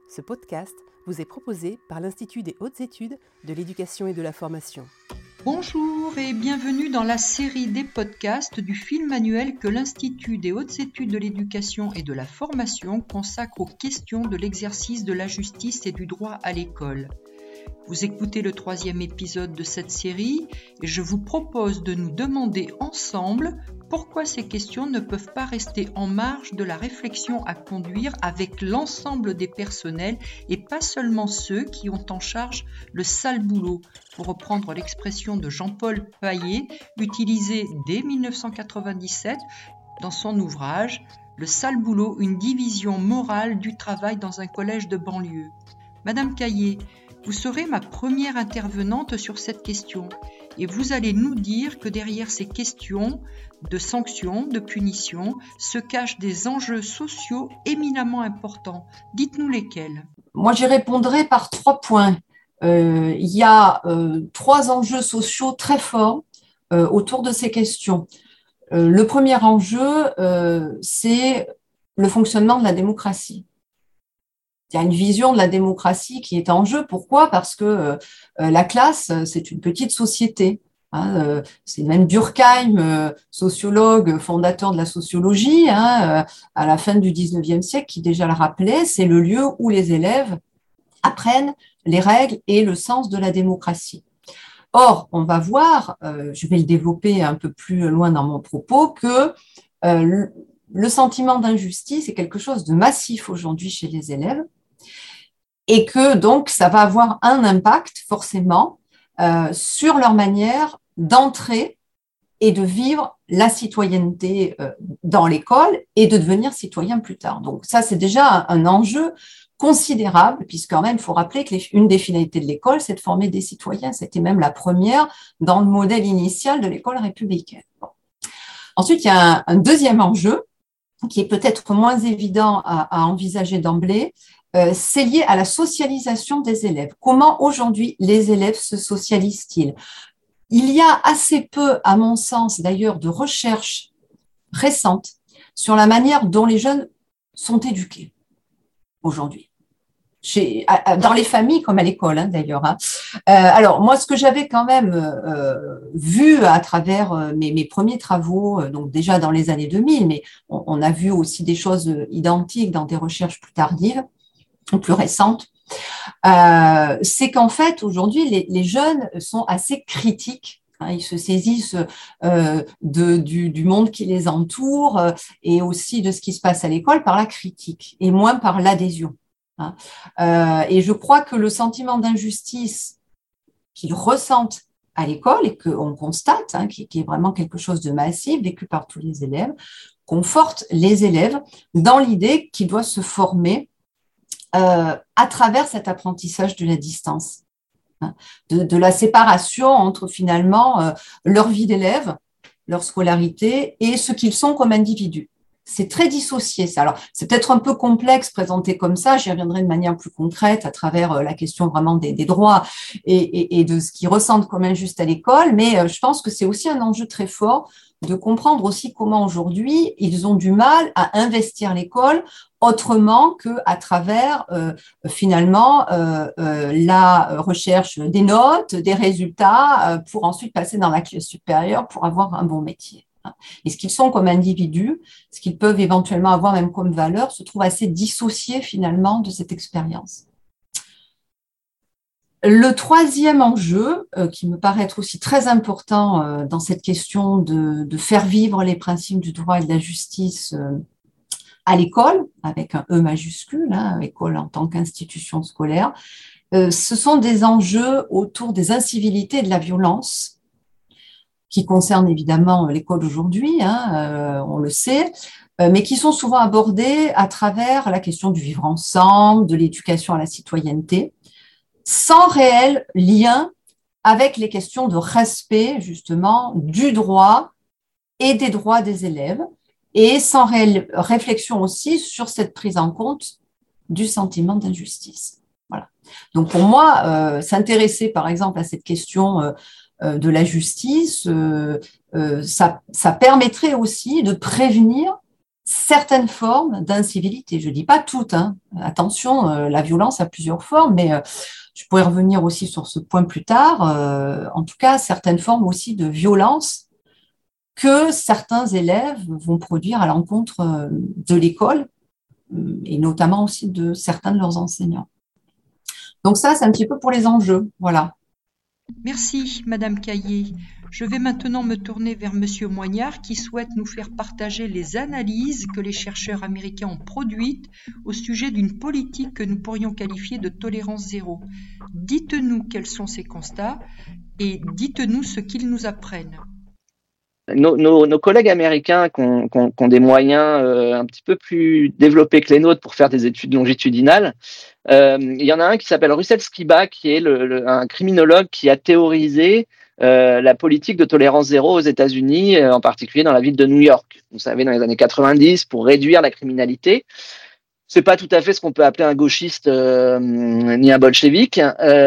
Ce podcast vous est proposé par l'Institut des hautes études de l'éducation et de la formation. Bonjour et bienvenue dans la série des podcasts du film annuel que l'Institut des hautes études de l'éducation et de la formation consacre aux questions de l'exercice de la justice et du droit à l'école. Vous écoutez le 3e épisode de cette série et je vous propose de nous demander ensemble pourquoi ces questions ne peuvent pas rester en marge de la réflexion à conduire avec l'ensemble des personnels et pas seulement ceux qui ont en charge le sale boulot, pour reprendre l'expression de Jean-Paul Paillet, utilisée dès 1997 dans son ouvrage « Le sale boulot, une division morale du travail dans un collège de banlieue ». Madame Caillé, vous serez ma première intervenante sur cette question et vous allez nous dire que derrière ces questions de sanctions, de punitions, se cachent des enjeux sociaux éminemment importants. Dites-nous lesquels. Moi, j'y répondrai par 3 points. Il y a 3 enjeux sociaux très forts autour de ces questions. Le premier enjeu, c'est le fonctionnement de la démocratie. Il y a une vision de la démocratie qui est en jeu. Pourquoi ? Parce que la classe, c'est une petite société. C'est même Durkheim, sociologue, fondateur de la sociologie, à la fin du 19e siècle, qui déjà le rappelait, c'est le lieu où les élèves apprennent les règles et le sens de la démocratie. Or, on va voir, je vais le développer un peu plus loin dans mon propos, que le sentiment d'injustice est quelque chose de massif aujourd'hui chez les élèves et que donc ça va avoir un impact forcément sur leur manière d'entrer et de vivre la citoyenneté dans l'école et de devenir citoyen plus tard. Donc ça, c'est déjà un enjeu considérable, puisque quand même, il faut rappeler qu'une des finalités de l'école, c'est de former des citoyens. C'était même la première dans le modèle initial de l'école républicaine. Bon. Ensuite, il y a un deuxième enjeu qui est peut-être moins évident à envisager d'emblée, c'est lié à la socialisation des élèves. Comment aujourd'hui les élèves se socialisent-ils ? Il y a assez peu, à mon sens d'ailleurs, de recherches récentes sur la manière dont les jeunes sont éduqués aujourd'hui. Dans les familles comme à l'école d'ailleurs. Alors moi, ce que j'avais quand même vu à travers mes premiers travaux, donc déjà dans les années 2000, mais on a vu aussi des choses identiques dans des recherches plus tardives, plus récentes, c'est qu'en fait aujourd'hui les jeunes sont assez critiques. Ils se saisissent du monde qui les entoure et aussi de ce qui se passe à l'école par la critique et moins par l'adhésion. Et je crois que le sentiment d'injustice qu'ils ressentent à l'école et qu'on constate, qui est vraiment quelque chose de massif, vécu par tous les élèves, conforte les élèves dans l'idée qu'ils doivent se former à travers cet apprentissage de la distance, de la séparation entre finalement leur vie d'élève, leur scolarité et ce qu'ils sont comme individus. C'est très dissocié, ça. Alors, c'est peut-être un peu complexe présenté comme ça, j'y reviendrai de manière plus concrète à travers la question vraiment des droits et de ce qu'ils ressentent comme injuste à l'école, mais je pense que c'est aussi un enjeu très fort de comprendre aussi comment aujourd'hui ils ont du mal à investir l'école autrement qu'à travers finalement la recherche des notes, des résultats pour ensuite passer dans la classe supérieure pour avoir un bon métier. Et ce qu'ils sont comme individus, ce qu'ils peuvent éventuellement avoir même comme valeur, se trouve assez dissocié finalement de cette expérience. Le troisième enjeu, qui me paraît être aussi très important dans cette question de faire vivre les principes du droit et de la justice à l'école, avec un E majuscule, école en tant qu'institution scolaire, ce sont des enjeux autour des incivilités et de la violence, qui concernent évidemment l'école aujourd'hui, on le sait, mais qui sont souvent abordés à travers la question du vivre ensemble, de l'éducation à la citoyenneté, sans réel lien avec les questions de respect, justement, du droit et des droits des élèves, et sans réelle réflexion aussi sur cette prise en compte du sentiment d'injustice. Voilà. Donc pour moi, s'intéresser par exemple à cette question de la justice, ça permettrait aussi de prévenir certaines formes d'incivilité. Je ne dis pas toutes, hein. Attention, la violence a plusieurs formes, mais je pourrais revenir aussi sur ce point plus tard. En tout cas, certaines formes aussi de violence que certains élèves vont produire à l'encontre de l'école et notamment aussi de certains de leurs enseignants. Donc ça, c'est un petit peu pour les enjeux. Voilà. Merci, Madame Caillé. Je vais maintenant me tourner vers Monsieur Moignard qui souhaite nous faire partager les analyses que les chercheurs américains ont produites au sujet d'une politique que nous pourrions qualifier de tolérance zéro. Dites-nous quels sont ces constats et dites-nous ce qu'ils nous apprennent. Nos collègues américains qui ont des moyens un petit peu plus développés que les nôtres pour faire des études longitudinales, il y en a un qui s'appelle Russell Skiba, qui est un criminologue qui a théorisé la politique de tolérance zéro aux États-Unis, en particulier dans la ville de New York. Vous savez, dans les années 90, pour réduire la criminalité. C'est pas tout à fait ce qu'on peut appeler un gauchiste ni un bolchevique,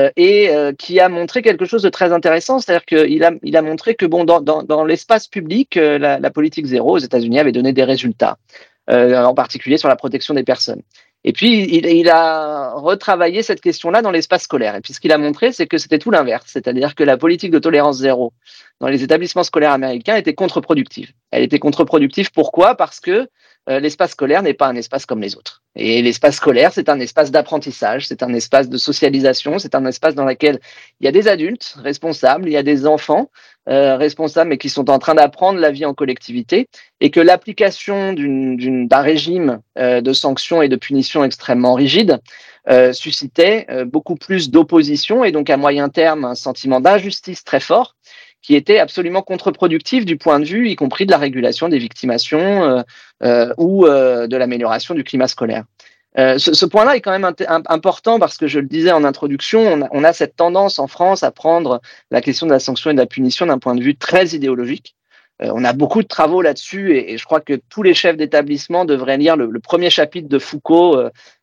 qui a montré quelque chose de très intéressant, c'est-à-dire qu'il a montré que dans l'espace public, la politique zéro aux États-Unis avait donné des résultats, en particulier sur la protection des personnes. Et puis il a retravaillé cette question-là dans l'espace scolaire. Et puis ce qu'il a montré, c'est que c'était tout l'inverse, c'est-à-dire que la politique de tolérance zéro dans les établissements scolaires américains était contre-productive. Elle était contre-productive pourquoi ? Parce que l'espace scolaire n'est pas un espace comme les autres. Et l'espace scolaire, c'est un espace d'apprentissage, c'est un espace de socialisation, c'est un espace dans lequel il y a des adultes responsables, il y a des enfants responsables mais qui sont en train d'apprendre la vie en collectivité, et que l'application d'un régime de sanctions et de punitions extrêmement rigide suscitait beaucoup plus d'opposition et donc à moyen terme un sentiment d'injustice très fort qui était absolument contre-productif du point de vue, y compris de la régulation des victimations ou de l'amélioration du climat scolaire. Ce point-là est quand même important parce que je le disais en introduction, on a cette tendance en France à prendre la question de la sanction et de la punition d'un point de vue très idéologique. On a beaucoup de travaux là-dessus et je crois que tous les chefs d'établissement devraient lire le premier chapitre de Foucault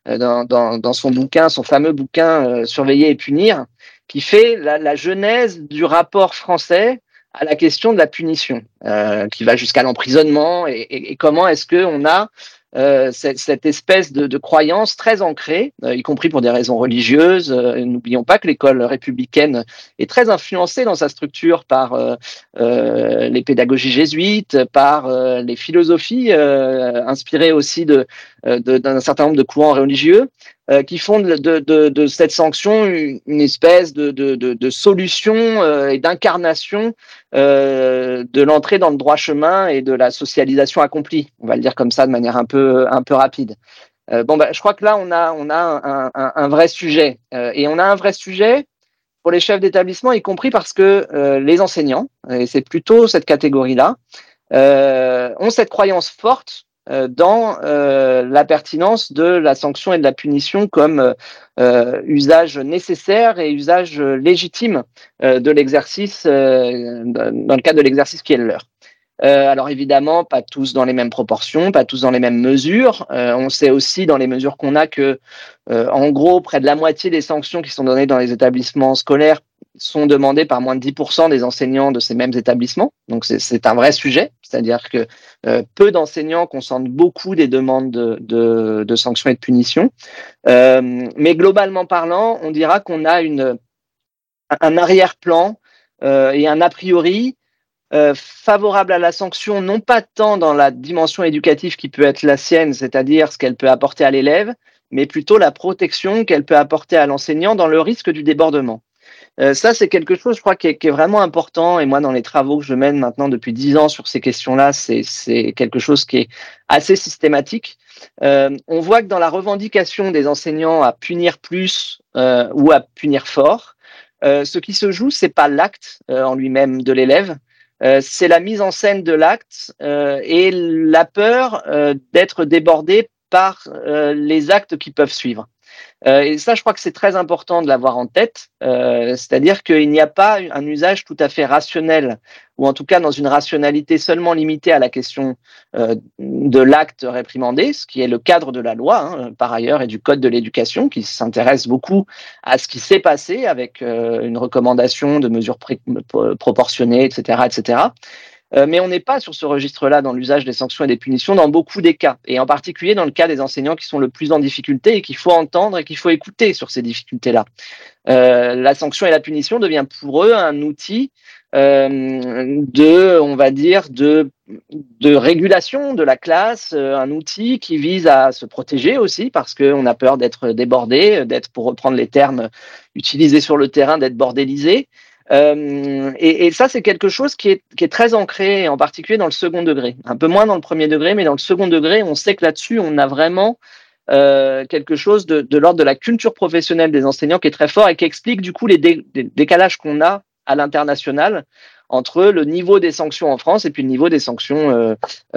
dans son bouquin, son fameux bouquin Surveiller et punir, qui fait la genèse du rapport français à la question de la punition, qui va jusqu'à l'emprisonnement et comment est-ce qu'on a cette espèce de croyance très ancrée, y compris pour des raisons religieuses. N'oublions pas que l'école républicaine est très influencée dans sa structure par les pédagogies jésuites, par les philosophies inspirées aussi d'un certain nombre de courants religieux, qui font de cette sanction une espèce de solution et d'incarnation de l'entrée dans le droit chemin et de la socialisation accomplie. On va le dire comme ça de manière un peu rapide. Je crois que là on a un vrai sujet et on a un vrai sujet pour les chefs d'établissement, y compris parce que les enseignants, et c'est plutôt cette catégorie-là, ont cette croyance forte dans la pertinence de la sanction et de la punition comme usage nécessaire et usage légitime de l'exercice, dans le cadre de l'exercice qui est le leur. Alors évidemment, pas tous dans les mêmes proportions, pas tous dans les mêmes mesures. On sait aussi dans les mesures qu'on a que, en gros, près de la moitié des sanctions qui sont données dans les établissements scolaires sont demandées par moins de 10% des enseignants de ces mêmes établissements. Donc c'est un vrai sujet, c'est-à-dire que peu d'enseignants consentent beaucoup des demandes de sanctions et de punitions. Mais globalement parlant, on dira qu'on a un arrière-plan et un a priori favorable à la sanction, non pas tant dans la dimension éducative qui peut être la sienne, c'est-à-dire ce qu'elle peut apporter à l'élève, mais plutôt la protection qu'elle peut apporter à l'enseignant dans le risque du débordement. Ça, c'est quelque chose, je crois, qui est vraiment important. Et moi, dans les travaux que je mène maintenant depuis 10 ans sur ces questions-là, c'est quelque chose qui est assez systématique. On voit que dans la revendication des enseignants à punir plus ou à punir fort, ce qui se joue, c'est pas l'acte en lui-même de l'élève, c'est la mise en scène de l'acte et la peur d'être débordé par les actes qui peuvent suivre. Et ça, je crois que c'est très important de l'avoir en tête, c'est-à-dire qu'il n'y a pas un usage tout à fait rationnel, ou en tout cas dans une rationalité seulement limitée à la question de l'acte réprimandé, ce qui est le cadre de la loi, par ailleurs, et du Code de l'éducation, qui s'intéresse beaucoup à ce qui s'est passé avec une recommandation de mesures proportionnées, etc., etc. Mais on n'est pas sur ce registre-là dans l'usage des sanctions et des punitions dans beaucoup des cas, et en particulier dans le cas des enseignants qui sont le plus en difficulté et qu'il faut entendre et qu'il faut écouter sur ces difficultés-là. La sanction et la punition devient pour eux un outil on va dire, de régulation de la classe, un outil qui vise à se protéger aussi parce qu'on a peur d'être débordé, d'être, pour reprendre les termes utilisés sur le terrain, d'être bordélisé. Et ça, c'est quelque chose qui est très ancré, en particulier dans le second degré. Un peu moins dans le premier degré, mais dans le second degré, on sait que là-dessus, on a vraiment quelque chose de l'ordre de la culture professionnelle des enseignants qui est très fort et qui explique du coup les décalages qu'on a à l'international entre le niveau des sanctions en France et puis le niveau des sanctions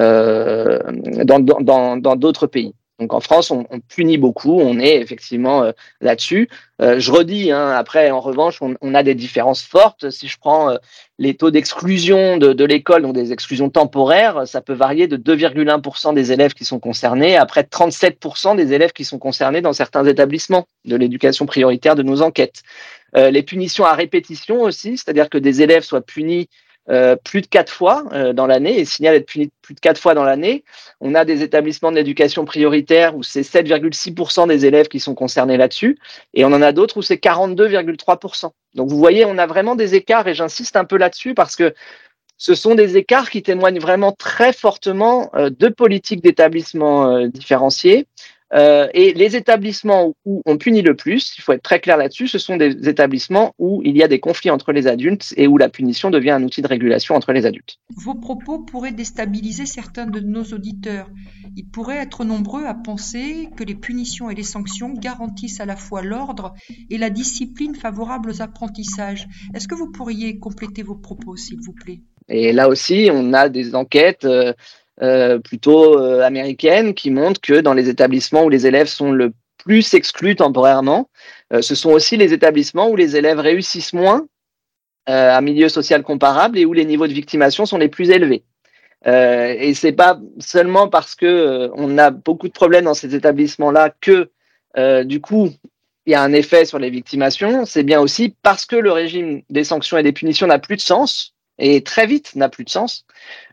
dans d'autres pays. Donc en France, on punit beaucoup, on est effectivement là-dessus. Je redis, après, en revanche, on a des différences fortes. Si je prends les taux d'exclusion de l'école, donc des exclusions temporaires, ça peut varier de 2,1% des élèves qui sont concernés à près de 37% des élèves qui sont concernés dans certains établissements de l'éducation prioritaire de nos enquêtes. Les punitions à répétition aussi, c'est-à-dire que des élèves soient punis plus de 4 fois dans l'année et signalent être punis plus de 4 fois dans l'année. On a des établissements de l'éducation prioritaire où c'est 7,6% des élèves qui sont concernés là-dessus et on en a d'autres où c'est 42,3%. Donc vous voyez, on a vraiment des écarts et j'insiste un peu là-dessus parce que ce sont des écarts qui témoignent vraiment très fortement de politiques d'établissement différenciées. Et les établissements où on punit le plus, il faut être très clair là-dessus, ce sont des établissements où il y a des conflits entre les adultes et où la punition devient un outil de régulation entre les adultes. Vos propos pourraient déstabiliser certains de nos auditeurs. Ils pourraient être nombreux à penser que les punitions et les sanctions garantissent à la fois l'ordre et la discipline favorable aux apprentissages. Est-ce que vous pourriez compléter vos propos, s'il vous plaît ? Et là aussi, on a des enquêtes plutôt américaines qui montrent que dans les établissements où les élèves sont le plus exclus temporairement, ce sont aussi les établissements où les élèves réussissent moins à milieu social comparable et où les niveaux de victimation sont les plus élevés. Et c'est pas seulement parce que on a beaucoup de problèmes dans ces établissements-là que du coup il y a un effet sur les victimations, c'est bien aussi parce que le régime des sanctions et des punitions n'a plus de sens et très vite n'a plus de sens,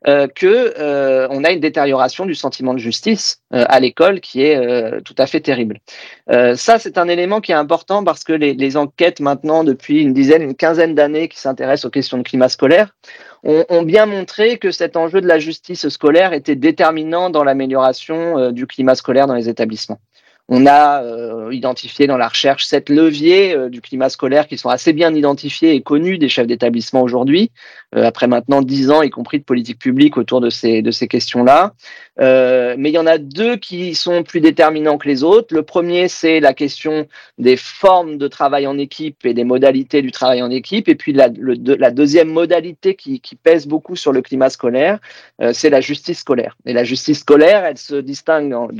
on a une détérioration du sentiment de justice à l'école qui est tout à fait terrible. Ça, c'est un élément qui est important parce que les enquêtes maintenant, depuis une quinzaine d'années qui s'intéressent aux questions de climat scolaire, ont bien montré que cet enjeu de la justice scolaire était déterminant dans l'amélioration du climat scolaire dans les établissements. On a identifié dans la recherche 7 leviers du climat scolaire qui sont assez bien identifiés et connus des chefs d'établissement aujourd'hui, après maintenant 10 ans, y compris de politique publique autour de ces questions-là. Mais il y en a 2 qui sont plus déterminants que les autres. Le premier, c'est la question des formes de travail en équipe et des modalités du travail en équipe. Et puis la deuxième modalité qui pèse beaucoup sur le climat scolaire, c'est la justice scolaire. Et la justice scolaire, elle se distingue en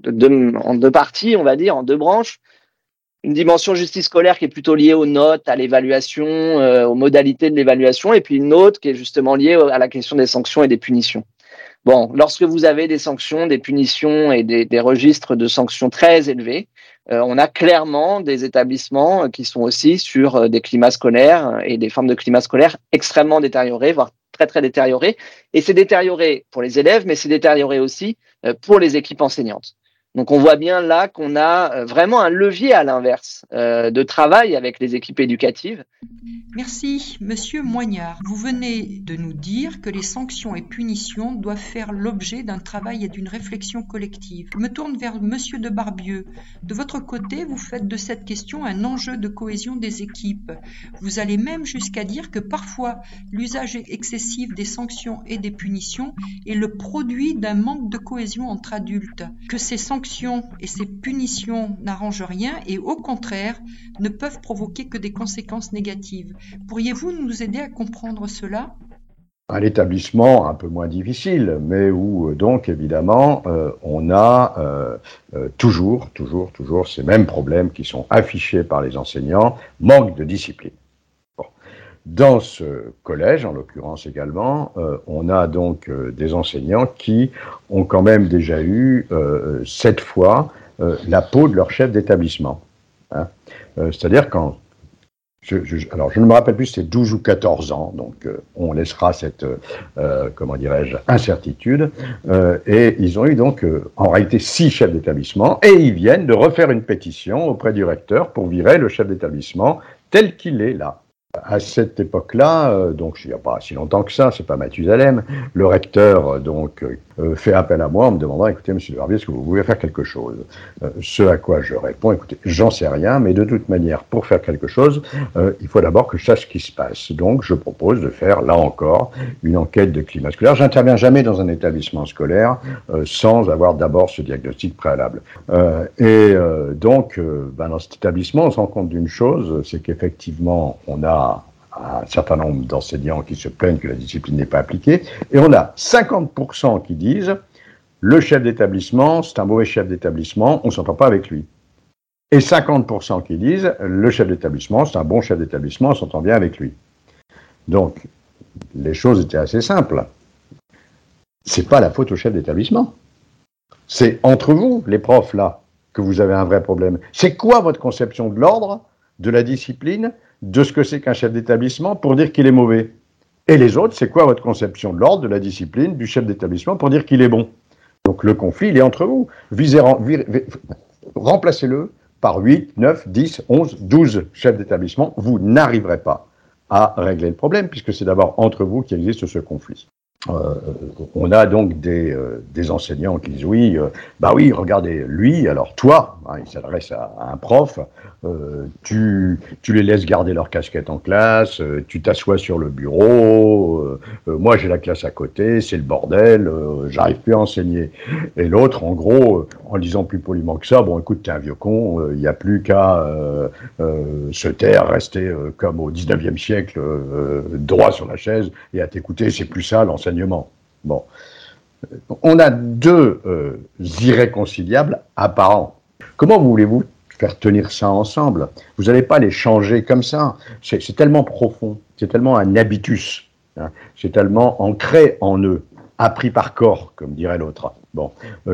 deux parties, on va dire, en 2 branches. Une dimension justice scolaire qui est plutôt liée aux notes, à l'évaluation, aux modalités de l'évaluation, et puis une autre qui est justement liée à la question des sanctions et des punitions. Bon, lorsque vous avez des sanctions, des punitions et des registres de sanctions très élevés, on a clairement des établissements qui sont aussi sur des climats scolaires et des formes de climat scolaire extrêmement détériorées, voire très très détériorées. Et c'est détérioré pour les élèves, mais c'est détérioré aussi pour les équipes enseignantes. Donc on voit bien là qu'on a vraiment un levier à l'inverse de travail avec les équipes éducatives. Merci, Monsieur Moignard. Vous venez de nous dire que les sanctions et punitions doivent faire l'objet d'un travail et d'une réflexion collective. Je me tourne vers Monsieur de Barbieux. De votre côté, vous faites de cette question un enjeu de cohésion des équipes. Vous allez même jusqu'à dire que parfois l'usage excessif des sanctions et des punitions est le produit d'un manque de cohésion entre adultes, que ces sanctions et ces punitions n'arrangent rien et au contraire ne peuvent provoquer que des conséquences négatives. Pourriez-vous nous aider à comprendre cela ? Un établissement un peu moins difficile, mais où donc évidemment on a toujours ces mêmes problèmes qui sont affichés par les enseignants, manque de discipline. Bon. Dans ce collège, en l'occurrence également, on a donc des enseignants qui ont quand même déjà eu 7 fois la peau de leur chef d'établissement. Hein. C'est-à-dire quand Alors, je ne me rappelle plus si c'est 12 ou 14 ans, donc on laissera cette, comment dirais-je, incertitude. Et ils ont eu donc, en réalité, 6 chefs d'établissement, et ils viennent de refaire une pétition auprès du recteur pour virer le chef d'établissement tel qu'il est là. À cette époque-là, donc il n'y a pas si longtemps que ça, c'est pas Mathusalem, le recteur fait appel à moi en me demandant, écoutez, monsieur de Verviers, est-ce que vous voulez faire quelque chose? Ce à quoi je réponds, écoutez, j'en sais rien, mais de toute manière, pour faire quelque chose, il faut d'abord que je sache ce qui se passe. Donc, je propose de faire, là encore, une enquête de climat scolaire. J'interviens jamais dans un établissement scolaire sans avoir d'abord ce diagnostic préalable. Donc, dans cet établissement, on se rend compte d'une chose, c'est qu'effectivement, on a un certain nombre d'enseignants qui se plaignent que la discipline n'est pas appliquée, et on a 50% qui disent le chef d'établissement, c'est un mauvais chef d'établissement, on ne s'entend pas avec lui. Et 50% qui disent le chef d'établissement, c'est un bon chef d'établissement, on s'entend bien avec lui. Donc, les choses étaient assez simples. C'est pas la faute au chef d'établissement. C'est entre vous, les profs, là, que vous avez un vrai problème. C'est quoi votre conception de l'ordre, de la discipline, de ce que c'est qu'un chef d'établissement pour dire qu'il est mauvais? Et les autres, c'est quoi votre conception de l'ordre, de la discipline, du chef d'établissement pour dire qu'il est bon? Donc le conflit, il est entre vous. Remplacez-le par 8, 9, 10, 11, 12 chefs d'établissement. Vous n'arriverez pas à régler le problème, puisque c'est d'abord entre vous qu'il existe ce conflit. On a donc des enseignants qui disent oui, regardez, lui, alors toi, il s'adresse à un prof, tu les laisses garder leur casquette en classe, tu t'assois sur le bureau, moi j'ai la classe à côté, c'est le bordel, j'arrive plus à enseigner. Et l'autre, en gros, en disant plus poliment que ça, bon écoute, t'es un vieux con, il n'y a plus qu'à se taire, rester comme au 19e siècle, droit sur la chaise et à t'écouter, c'est plus ça l'enseignement. Bon, on a deux irréconciliables apparents. Comment voulez-vous faire tenir ça ensemble? Vous n'allez pas les changer comme ça. C'est tellement profond, c'est tellement un habitus, hein, c'est tellement ancré en eux, appris par corps, comme dirait l'autre. Bon,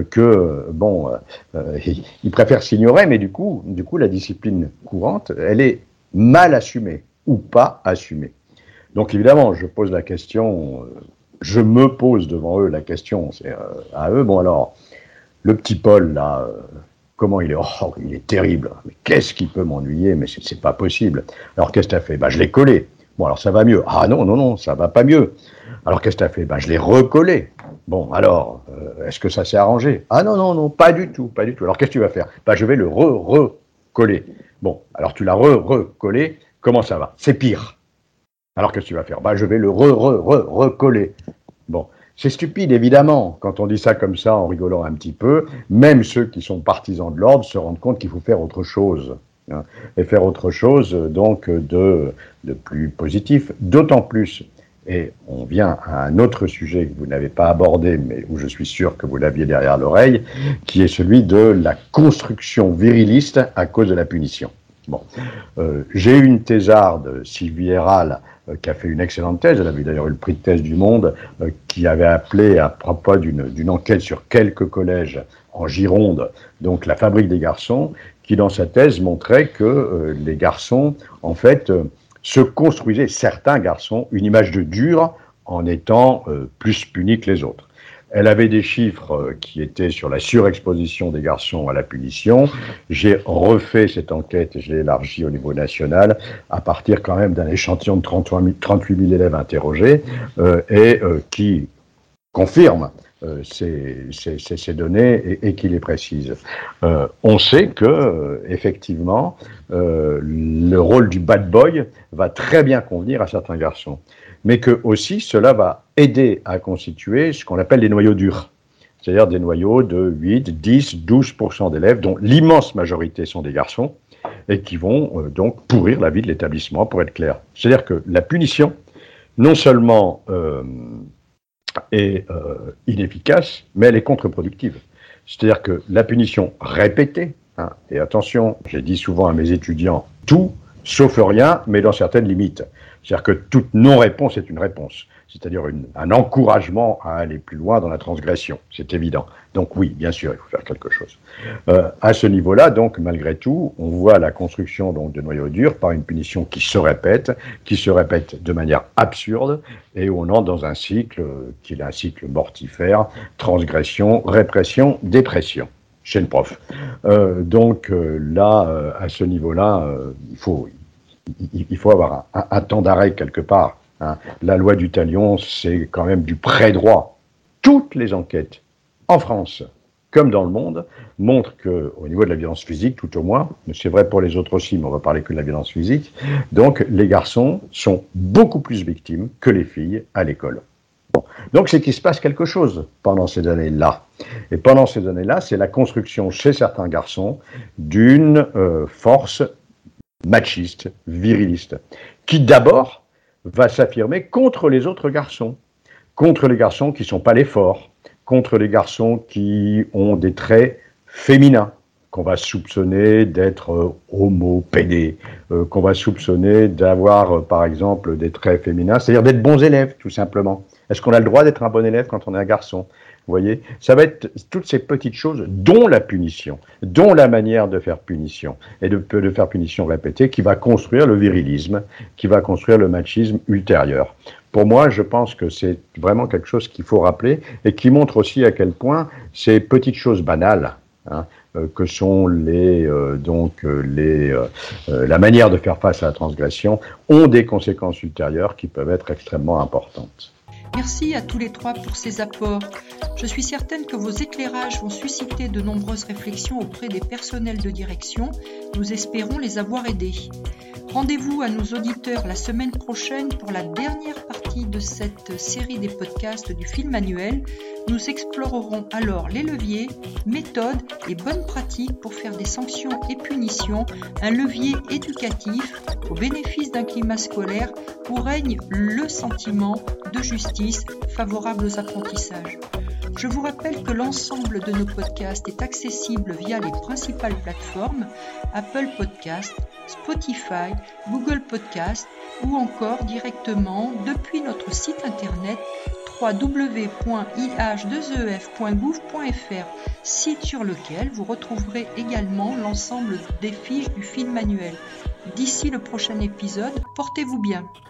ils préfèrent s'ignorer, mais du coup, la discipline courante, elle est mal assumée ou pas assumée. Donc évidemment, je pose la question. Je me pose devant eux la question, c'est à eux, bon alors, le petit Paul, là, comment il est? Oh, il est terrible, mais qu'est-ce qui peut m'ennuyer? Mais c'est pas possible. Alors qu'est-ce que t'as fait? Je l'ai collé. Bon, alors ça va mieux. Ah non, ça va pas mieux. Alors qu'est-ce que t'as fait? Je l'ai recollé. Bon, alors, est-ce que ça s'est arrangé? Ah non, pas du tout. Alors qu'est-ce que tu vas faire? Je vais le recoller. Bon, alors tu l'as recollé, comment ça va? C'est pire. Alors qu'est-ce que tu vas faire? Je vais le recoller. Bon, c'est stupide évidemment quand on dit ça comme ça en rigolant un petit peu. Même ceux qui sont partisans de l'ordre se rendent compte qu'il faut faire autre chose, hein, et faire autre chose donc de plus positif. D'autant plus, et on vient à un autre sujet que vous n'avez pas abordé, mais où je suis sûr que vous l'aviez derrière l'oreille, qui est celui de la construction viriliste à cause de la punition. Bon, j'ai eu une thésarde, Sylvie Héral, qui a fait une excellente thèse, elle avait d'ailleurs eu le prix de thèse du Monde, qui avait appelé à propos d'une enquête sur quelques collèges en Gironde, donc la fabrique des garçons, qui dans sa thèse montrait que les garçons, en fait, se construisaient, certains garçons, une image de dur en étant plus punis que les autres. Elle avait des chiffres qui étaient sur la surexposition des garçons à la punition. J'ai refait cette enquête et je l'ai élargie au niveau national à partir quand même d'un échantillon de 38 000 élèves interrogés qui confirme ces données et qui les précise. On sait que effectivement le rôle du bad boy va très bien convenir à certains garçons, mais que aussi cela va aider à constituer ce qu'on appelle les noyaux durs, c'est-à-dire des noyaux de 8, 10, 12% d'élèves, dont l'immense majorité sont des garçons, et qui vont donc pourrir la vie de l'établissement, pour être clair. C'est-à-dire que la punition, non seulement est inefficace, mais elle est contre-productive. C'est-à-dire que la punition répétée, hein, et attention, j'ai dit souvent à mes étudiants, tout sauf rien, mais dans certaines limites. C'est-à-dire que toute non-réponse est une réponse, c'est-à-dire un encouragement à aller plus loin dans la transgression, c'est évident. Donc oui, bien sûr, il faut faire quelque chose. À ce niveau-là, donc, malgré tout, on voit la construction donc, de noyaux durs par une punition qui se répète de manière absurde, et où on entre dans un cycle qui est un cycle mortifère, transgression, répression, dépression. Chez le prof. Là, à ce niveau-là, il faut avoir un temps d'arrêt quelque part. Hein. La loi du talion, c'est quand même du pré-droit. Toutes les enquêtes, en France comme dans le monde, montrent qu'au niveau de la violence physique, tout au moins, mais c'est vrai pour les autres aussi, mais on va parler que de la violence physique, donc les garçons sont beaucoup plus victimes que les filles à l'école. Bon. Donc c'est qu'il se passe quelque chose pendant ces années-là. Et pendant ces années-là, c'est la construction chez certains garçons d'une force machiste, viriliste, qui d'abord va s'affirmer contre les autres garçons, contre les garçons qui ne sont pas les forts, contre les garçons qui ont des traits féminins, qu'on va soupçonner d'être homo-pédés, qu'on va soupçonner d'avoir, par exemple, des traits féminins, c'est-à-dire d'être bons élèves, tout simplement. Est-ce qu'on a le droit d'être un bon élève quand on est un garçon ? Vous voyez, ça va être toutes ces petites choses, dont la punition, dont la manière de faire punition, et de faire punition répétée, qui va construire le virilisme, qui va construire le machisme ultérieur. Pour moi, je pense que c'est vraiment quelque chose qu'il faut rappeler, et qui montre aussi à quel point ces petites choses banales, que sont la manière de faire face à la transgression, ont des conséquences ultérieures qui peuvent être extrêmement importantes. Merci à tous les trois pour ces apports. Je suis certaine que vos éclairages vont susciter de nombreuses réflexions auprès des personnels de direction. Nous espérons les avoir aidés. Rendez-vous à nos auditeurs la semaine prochaine pour la dernière partie de cette série des podcasts du film annuel. Nous explorerons alors les leviers, méthodes et bonnes pratiques pour faire des sanctions et punitions un levier éducatif au bénéfice d'un climat scolaire où règne le sentiment de justice favorable aux apprentissages. Je vous rappelle que l'ensemble de nos podcasts est accessible via les principales plateformes Apple Podcasts, Spotify, Google Podcasts ou encore directement depuis notre site internet www.ih2ef.gouv.fr, site sur lequel vous retrouverez également l'ensemble des fiches du film annuel. D'ici le prochain épisode, portez-vous bien.